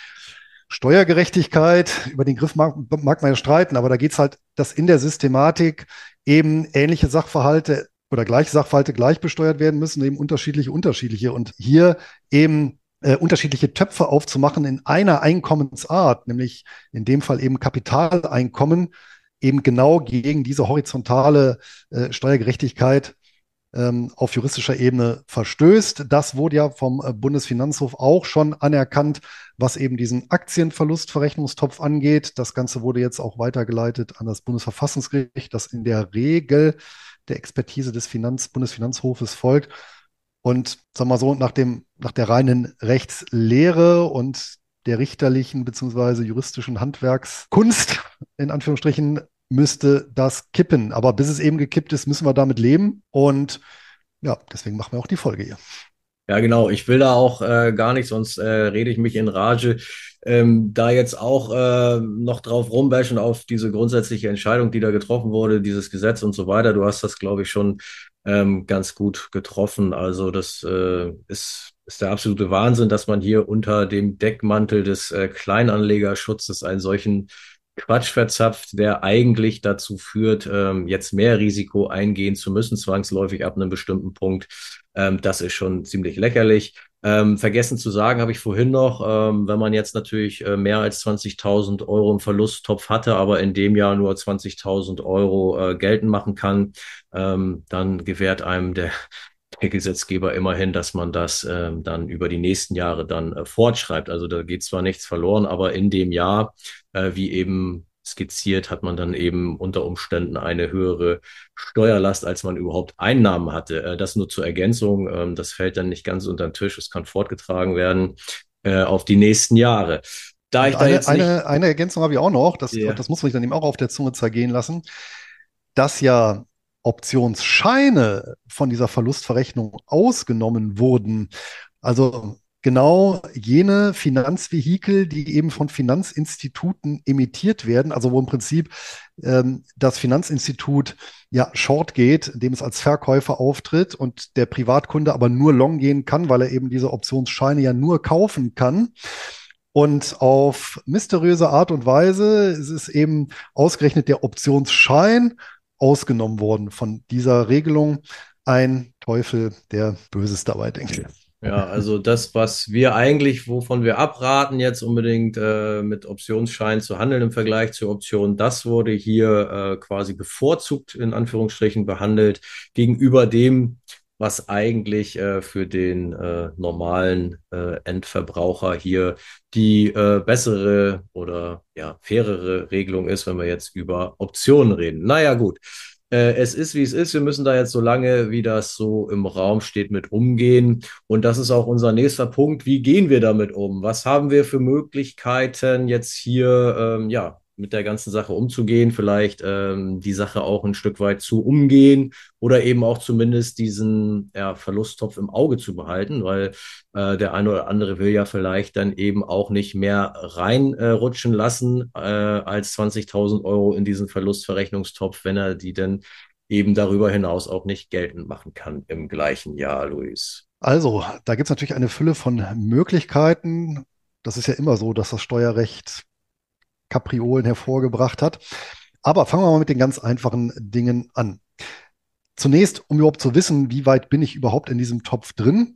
Steuergerechtigkeit. Über den Griff mag, mag man ja streiten, aber da geht es halt, dass in der Systematik eben ähnliche Sachverhalte oder gleiche Sachverhalte gleich besteuert werden müssen, eben unterschiedliche, unterschiedliche. Und hier eben äh, unterschiedliche Töpfe aufzumachen in einer Einkommensart, nämlich in dem Fall eben Kapitaleinkommen, eben genau gegen diese horizontale äh, Steuergerechtigkeit ähm, auf juristischer Ebene verstößt. Das wurde ja vom äh, Bundesfinanzhof auch schon anerkannt, was eben diesen Aktienverlustverrechnungstopf angeht. Das Ganze wurde jetzt auch weitergeleitet an das Bundesverfassungsgericht, das in der Regel der Expertise des Finanz Bundesfinanzhofes folgt. Und sagen wir mal so, nach dem, nach der reinen Rechtslehre und der richterlichen beziehungsweise juristischen Handwerkskunst, in Anführungsstrichen, müsste das kippen. Aber bis es eben gekippt ist, müssen wir damit leben. Und ja, deswegen machen wir auch die Folge hier. Ja, genau. Ich will da auch äh, gar nicht, sonst äh, rede ich mich in Rage. Ähm, da jetzt auch äh, noch drauf rumbashen auf diese grundsätzliche Entscheidung, die da getroffen wurde, dieses Gesetz und so weiter. Du hast das, glaube ich, schon ähm, ganz gut getroffen. Also das äh, ist, ist der absolute Wahnsinn, dass man hier unter dem Deckmantel des äh, Kleinanlegerschutzes einen solchen Quatsch verzapft, der eigentlich dazu führt, ähm, jetzt mehr Risiko eingehen zu müssen, zwangsläufig ab einem bestimmten Punkt. Ähm, das ist schon ziemlich lächerlich. Ähm, vergessen zu sagen, habe ich vorhin noch, ähm, wenn man jetzt natürlich äh, mehr als zwanzigtausend Euro im Verlusttopf hatte, aber in dem Jahr nur zwanzigtausend Euro äh, geltend machen kann, ähm, dann gewährt einem der, der Gesetzgeber immerhin, dass man das ähm, dann über die nächsten Jahre dann äh, fortschreibt. Also da geht zwar nichts verloren, aber in dem Jahr, äh, wie eben skizziert, hat man dann eben unter Umständen eine höhere Steuerlast, als man überhaupt Einnahmen hatte. Äh, das nur zur Ergänzung. Ähm, das fällt dann nicht ganz unter den Tisch. Es kann fortgetragen werden äh, auf die nächsten Jahre. Da Und ich da eine, jetzt nicht, eine, eine Ergänzung habe ich auch noch, das, ja, das muss man sich dann eben auch auf der Zunge zergehen lassen, dass ja Optionsscheine von dieser Verlustverrechnung ausgenommen wurden. Also genau jene Finanzvehikel, die eben von Finanzinstituten emittiert werden, also wo im Prinzip ähm, das Finanzinstitut ja short geht, indem es als Verkäufer auftritt und der Privatkunde aber nur long gehen kann, weil er eben diese Optionsscheine ja nur kaufen kann. Und auf mysteriöse Art und Weise ist es eben ausgerechnet der Optionsschein ausgenommen worden von dieser Regelung. Ein Teufel, der Böses dabei denkt. ja, also das, was wir eigentlich, wovon wir abraten, jetzt unbedingt äh, mit Optionsscheinen zu handeln im Vergleich zur Option, das wurde hier äh, quasi bevorzugt in Anführungsstrichen behandelt gegenüber dem, was eigentlich äh, für den äh, normalen äh, Endverbraucher hier die äh, bessere oder ja fairere Regelung ist, wenn wir jetzt über Optionen reden. Naja, gut. Äh, es ist, wie es ist. Wir müssen da jetzt so lange, wie das so im Raum steht, mit umgehen. Und das ist auch unser nächster Punkt. Wie gehen wir damit um? Was haben wir für Möglichkeiten, jetzt hier ähm, ja, mit der ganzen Sache umzugehen? Vielleicht ähm, die Sache auch ein Stück weit zu umgehen oder eben auch zumindest diesen ja, Verlusttopf im Auge zu behalten, weil äh, der eine oder andere will ja vielleicht dann eben auch nicht mehr reinrutschen äh, lassen äh, als zwanzigtausend Euro in diesen Verlustverrechnungstopf, wenn er die dann eben darüber hinaus auch nicht geltend machen kann im gleichen Jahr, Luis. Also, da gibt es natürlich eine Fülle von Möglichkeiten. Das ist ja immer so, dass das Steuerrecht Kapriolen hervorgebracht hat. Aber fangen wir mal mit den ganz einfachen Dingen an. Zunächst, um überhaupt zu wissen, wie weit bin ich überhaupt in diesem Topf drin.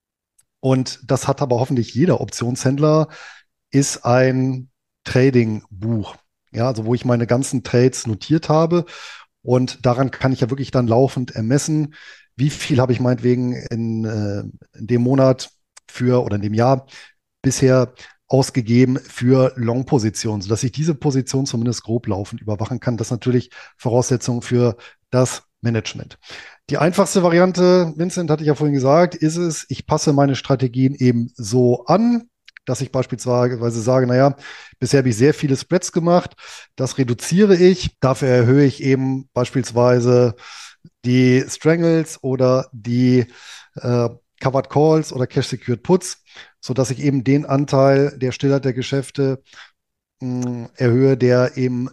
Und das hat aber hoffentlich jeder Optionshändler, ist ein Trading-Buch. Ja, also wo ich meine ganzen Trades notiert habe. Und daran kann ich ja wirklich dann laufend ermessen, wie viel habe ich meinetwegen in, äh, in dem Monat für oder in dem Jahr bisher ausgegeben für Long-Positionen, sodass ich diese Position zumindest grob laufend überwachen kann. Das ist natürlich Voraussetzung für das Management. Die einfachste Variante, Vincent, hatte ich ja vorhin gesagt, ist es, ich passe meine Strategien eben so an, dass ich beispielsweise sage, naja, bisher habe ich sehr viele Spreads gemacht, das reduziere ich, dafür erhöhe ich eben beispielsweise die Strangles oder die äh, Covered Calls oder Cash Secured Puts, sodass ich eben den Anteil der Stillhaltergeschäfte mh, erhöhe, der eben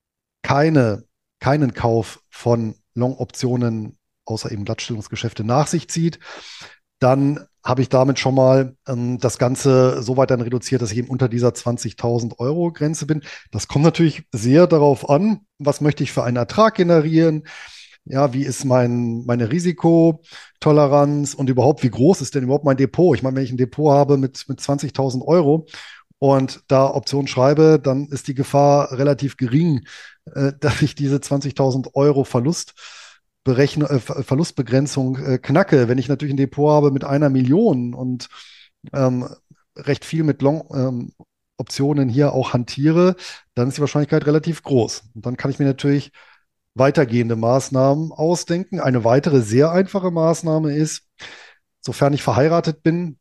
keine, keinen Kauf von Long-Optionen außer eben Glattstellungsgeschäfte nach sich zieht. Dann habe ich damit schon mal ähm, das Ganze so weit dann reduziert, dass ich eben unter dieser zwanzigtausend Euro Grenze bin. Das kommt natürlich sehr darauf an, was möchte ich für einen Ertrag generieren. Ja, wie ist mein, meine Risikotoleranz und überhaupt, wie groß ist denn überhaupt mein Depot? Ich meine, wenn ich ein Depot habe mit, mit zwanzigtausend Euro und da Option schreibe, dann ist die Gefahr relativ gering, äh, dass ich diese zwanzigtausend Euro Verlust berechne, äh, Verlustbegrenzung äh, knacke. Wenn ich natürlich ein Depot habe mit einer Million und ähm, recht viel mit Long-Optionen ähm, hier auch hantiere, dann ist die Wahrscheinlichkeit relativ groß. Und dann kann ich mir natürlich weitergehende Maßnahmen ausdenken. Eine weitere sehr einfache Maßnahme ist, sofern ich verheiratet bin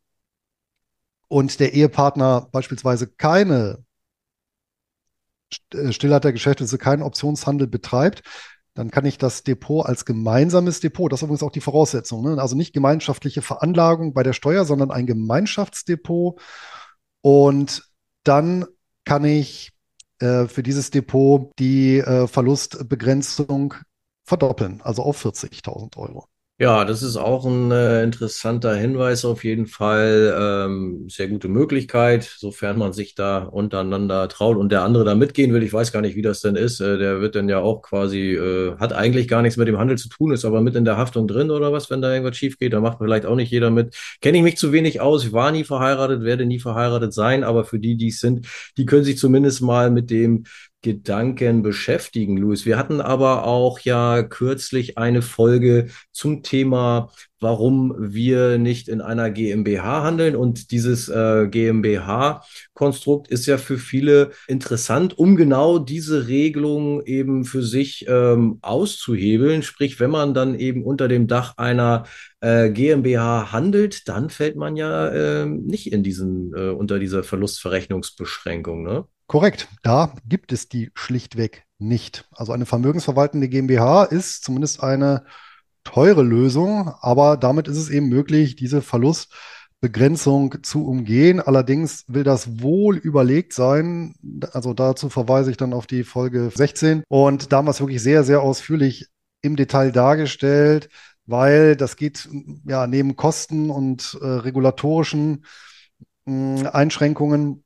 und der Ehepartner beispielsweise keine äh, Stillhaltergeschäfte, also keinen Optionshandel betreibt, dann kann ich das Depot als gemeinsames Depot, das ist übrigens auch die Voraussetzung, ne? Also nicht gemeinschaftliche Veranlagung bei der Steuer, sondern ein Gemeinschaftsdepot. Und dann kann ich äh, für dieses Depot die äh, Verlustbegrenzung verdoppeln, also auf vierzigtausend Euro. Ja, das ist auch ein äh, interessanter Hinweis auf jeden Fall. Ähm, sehr gute Möglichkeit, sofern man sich da untereinander traut und der andere da mitgehen will. Ich weiß gar nicht, wie das denn ist. Äh, der wird dann ja auch quasi, äh, hat eigentlich gar nichts mit dem Handel zu tun, ist aber mit in der Haftung drin oder was, wenn da irgendwas schief geht. Da macht vielleicht auch nicht jeder mit. Kenne ich mich zu wenig aus. Ich war nie verheiratet, werde nie verheiratet sein, aber für die, die es sind, die können sich zumindest mal mit dem Gedanken beschäftigen, Luis. Wir hatten aber auch ja kürzlich eine Folge zum Thema, warum wir nicht in einer GmbH handeln. Und dieses äh, GmbH-Konstrukt ist ja für viele interessant, um genau diese Regelung eben für sich ähm, auszuhebeln. Sprich, wenn man dann eben unter dem Dach einer äh, GmbH handelt, dann fällt man ja ähm, nicht in diesen, äh, unter dieser Verlustverrechnungsbeschränkung, ne? Korrekt, da gibt es die schlichtweg nicht. Also eine vermögensverwaltende GmbH ist zumindest eine teure Lösung, aber damit ist es eben möglich, diese Verlustbegrenzung zu umgehen. Allerdings will das wohl überlegt sein. Also dazu verweise ich dann auf die Folge sechzehn. Und da haben wir es wirklich sehr, sehr ausführlich im Detail dargestellt, weil das geht ja neben Kosten und äh, regulatorischen mh, Einschränkungen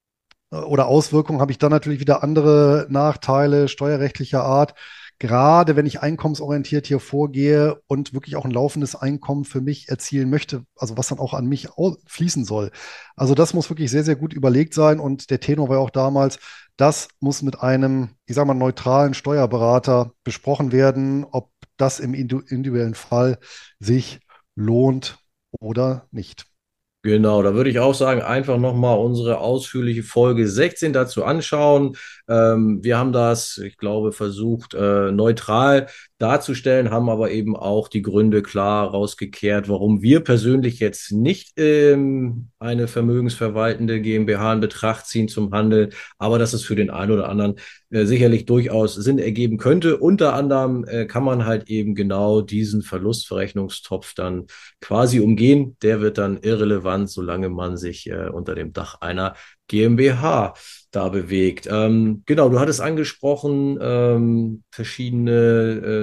oder Auswirkungen habe ich dann natürlich wieder andere Nachteile steuerrechtlicher Art. Gerade wenn ich einkommensorientiert hier vorgehe und wirklich auch ein laufendes Einkommen für mich erzielen möchte, also was dann auch an mich fließen soll. Also das muss wirklich sehr, sehr gut überlegt sein. Und der Tenor war ja auch damals, das muss mit einem, ich sage mal, neutralen Steuerberater besprochen werden, ob das im individuellen Fall sich lohnt oder nicht. Genau, da würde ich auch sagen, einfach nochmal unsere ausführliche Folge sechzehn dazu anschauen. Ähm, wir haben das, ich glaube, versucht, äh, neutral darzustellen, haben aber eben auch die Gründe klar rausgekehrt, warum wir persönlich jetzt nicht ähm, eine vermögensverwaltende GmbH in Betracht ziehen zum Handel, aber dass es für den einen oder anderen äh, sicherlich durchaus Sinn ergeben könnte. Unter anderem äh, kann man halt eben genau diesen Verlustverrechnungstopf dann quasi umgehen. Der wird dann irrelevant, solange man sich äh, unter dem Dach einer GmbH da bewegt. Ähm, genau, du hattest angesprochen, ähm, verschiedene äh,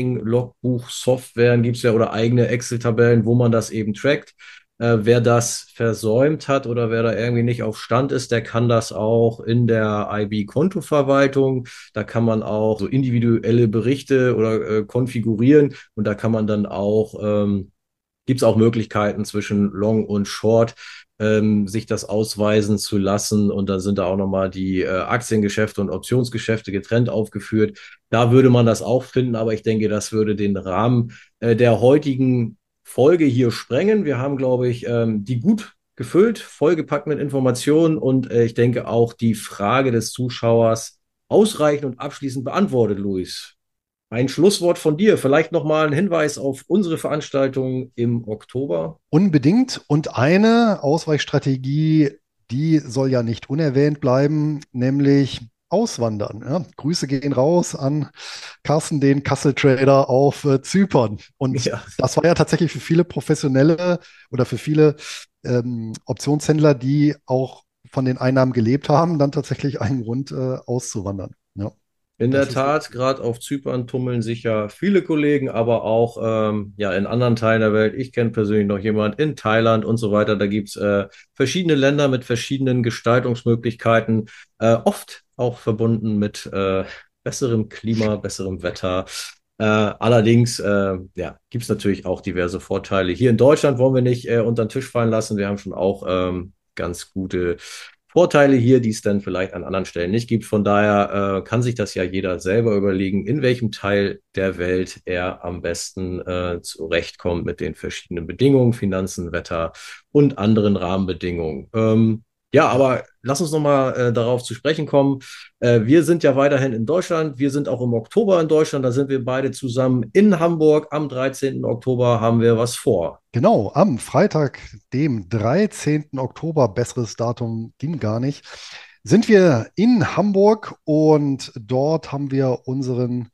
Trading-Logbuch-Softwaren gibt es ja oder eigene Excel-Tabellen, wo man das eben trackt. Äh, wer das versäumt hat oder wer da irgendwie nicht auf Stand ist, der kann das auch in der I B-Kontoverwaltung. Da kann man auch so individuelle Berichte oder äh, konfigurieren und da kann man dann auch ähm, gibt es auch Möglichkeiten zwischen Long und Short, ähm, sich das ausweisen zu lassen. Und dann sind da auch nochmal die äh, Aktiengeschäfte und Optionsgeschäfte getrennt aufgeführt. Da würde man das auch finden, aber ich denke, das würde den Rahmen äh, der heutigen Folge hier sprengen. Wir haben, glaube ich, ähm, die gut gefüllt, vollgepackt mit Informationen und äh, ich denke auch die Frage des Zuschauers ausreichend und abschließend beantwortet, Luis. Ein Schlusswort von dir, vielleicht nochmal ein Hinweis auf unsere Veranstaltung im Oktober. Unbedingt. Und eine Ausweichstrategie, die soll ja nicht unerwähnt bleiben, nämlich Auswandern. Ja. Grüße gehen raus an Carsten, den Kassel-Trader auf äh, Zypern. Und Ja, das war ja tatsächlich für viele Professionelle oder für viele ähm, Optionshändler, die auch von den Einnahmen gelebt haben, dann tatsächlich ein Grund, äh, auszuwandern. Ja, in der das ist Tat, gerade auf Zypern tummeln sich ja viele Kollegen, aber auch ähm, ja, in anderen Teilen der Welt. Ich kenne persönlich noch jemand in Thailand und so weiter. Da gibt's äh, verschiedene Länder mit verschiedenen Gestaltungsmöglichkeiten, äh, oft auch verbunden mit äh, besserem Klima, besserem Wetter. Äh, allerdings äh, ja, gibt es natürlich auch diverse Vorteile. Hier in Deutschland wollen wir nicht äh, unter den Tisch fallen lassen. Wir haben schon auch ähm, ganz gute Vorteile hier, die es dann vielleicht an anderen Stellen nicht gibt. Von daher äh, kann sich das ja jeder selber überlegen, in welchem Teil der Welt er am besten äh, zurechtkommt mit den verschiedenen Bedingungen, Finanzen, Wetter und anderen Rahmenbedingungen. Ähm, ja, ja. aber lass uns nochmal äh, darauf zu sprechen kommen. Äh, wir sind ja weiterhin in Deutschland. Wir sind auch im Oktober in Deutschland. Da sind wir beide zusammen in Hamburg. Am dreizehnten Oktober haben wir was vor. Genau, am Freitag, dem dreizehnten Oktober, besseres Datum ging gar nicht, sind wir in Hamburg und dort haben wir unseren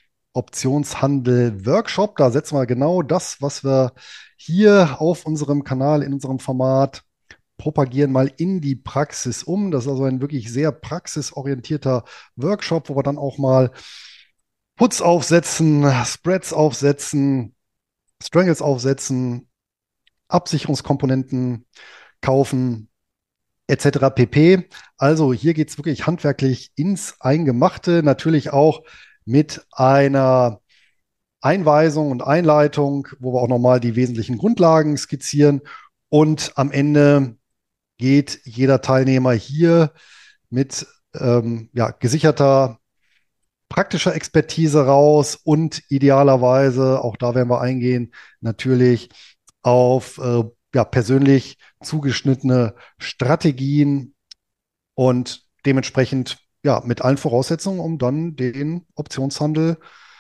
Optionshandel-Workshop. Da setzen wir genau das, was wir hier auf unserem Kanal, in unserem Format propagieren, mal in die Praxis um. Das ist also ein wirklich sehr praxisorientierter Workshop, wo wir dann auch mal Puts aufsetzen, Spreads aufsetzen, Strangles aufsetzen, Absicherungskomponenten kaufen, et cetera pp. Also hier geht es wirklich handwerklich ins Eingemachte, natürlich auch mit einer Einweisung und Einleitung, wo wir auch nochmal die wesentlichen Grundlagen skizzieren. Und am Ende geht jeder Teilnehmer hier mit ähm, ja, gesicherter praktischer Expertise raus und idealerweise, auch da werden wir eingehen, natürlich auf äh, ja, persönlich zugeschnittene Strategien und dementsprechend ja mit allen Voraussetzungen, um dann den Optionshandel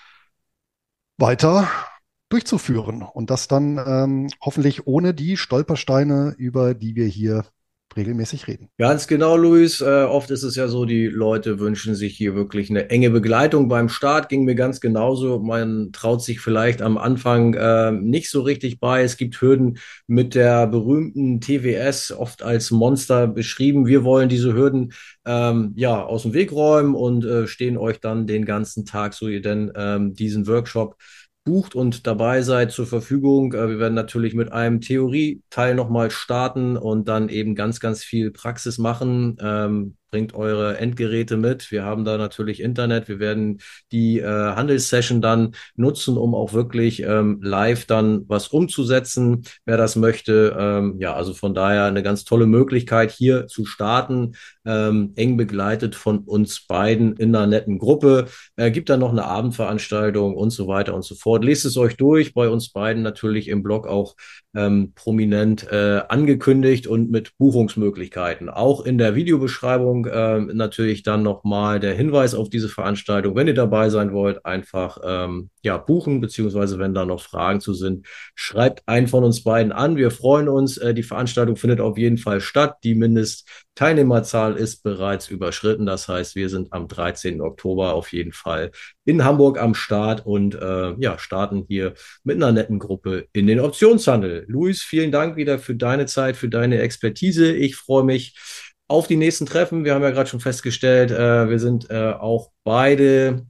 weiter durchzuführen und das dann ähm, hoffentlich ohne die Stolpersteine, über die wir hier regelmäßig reden. Ganz genau, Luis. Äh, oft ist es ja so, die Leute wünschen sich hier wirklich eine enge Begleitung beim Start. Ging mir ganz genauso. Man traut sich vielleicht am Anfang äh, nicht so richtig bei. Es gibt Hürden mit der berühmten T W S, oft als Monster beschrieben. Wir wollen diese Hürden ähm, ja aus dem Weg räumen und äh, stehen euch dann den ganzen Tag, so ihr denn ähm, diesen Workshop bucht und dabei seid zur Verfügung. Äh, Wir werden natürlich mit einem Theorieteil nochmal starten und dann eben ganz, ganz viel Praxis machen. Ähm, bringt eure Endgeräte mit. Wir haben da natürlich Internet. Wir werden die äh, Handelssession dann nutzen, um auch wirklich ähm, live dann was umzusetzen, wer das möchte. Ähm, ja, also von daher eine ganz tolle Möglichkeit, hier zu starten, ähm, eng begleitet von uns beiden in einer netten Gruppe. Äh, gibt dann noch eine Abendveranstaltung und so weiter und so fort. Lest es euch durch, bei uns beiden natürlich im Blog auch ähm, prominent äh, angekündigt und mit Buchungsmöglichkeiten. Auch in der Videobeschreibung äh, natürlich dann nochmal der Hinweis auf diese Veranstaltung. Wenn ihr dabei sein wollt, einfach ähm, ja, buchen, beziehungsweise wenn da noch Fragen zu sind, schreibt einen von uns beiden an. Wir freuen uns. Äh, die Veranstaltung findet auf jeden Fall statt. Die Mindestteilnehmerzahl ist bereits überschritten. Das heißt, wir sind am dreizehnten Oktober auf jeden Fall in Hamburg am Start und äh, ja, starten hier mit einer netten Gruppe in den Optionshandel. Luis, vielen Dank wieder für deine Zeit, für deine Expertise. Ich freue mich auf die nächsten Treffen. Wir haben ja gerade schon festgestellt, äh, wir sind äh, auch beide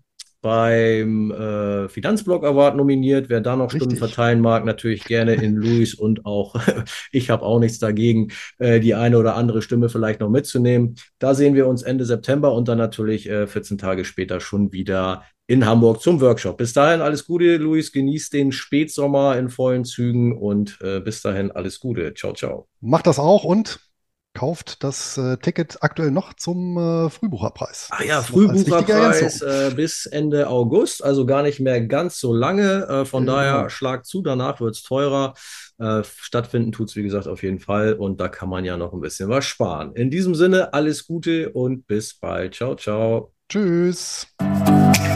beim äh, Finanzblog Award nominiert. Wer da noch Stimmen Richtig. verteilen mag, natürlich gerne in Luis und auch ich habe auch nichts dagegen, äh, die eine oder andere Stimme vielleicht noch mitzunehmen. Da sehen wir uns Ende September und dann natürlich äh, vierzehn Tage später schon wieder in Hamburg zum Workshop. Bis dahin alles Gute, Luis. Genießt den Spätsommer in vollen Zügen und äh, bis dahin alles Gute. Ciao, ciao. Macht das auch und kauft das äh, Ticket aktuell noch zum äh, Frühbucherpreis. Ach ja, Das noch als wichtige Frühbucherpreis Ergänzung. äh, bis Ende August, also gar nicht mehr ganz so lange. Äh, von daher Genau. schlag zu, danach wird es teurer. Äh, stattfinden tut es, wie gesagt, auf jeden Fall. Und da kann man ja noch ein bisschen was sparen. In diesem Sinne, alles Gute und bis bald. Ciao, ciao. Tschüss.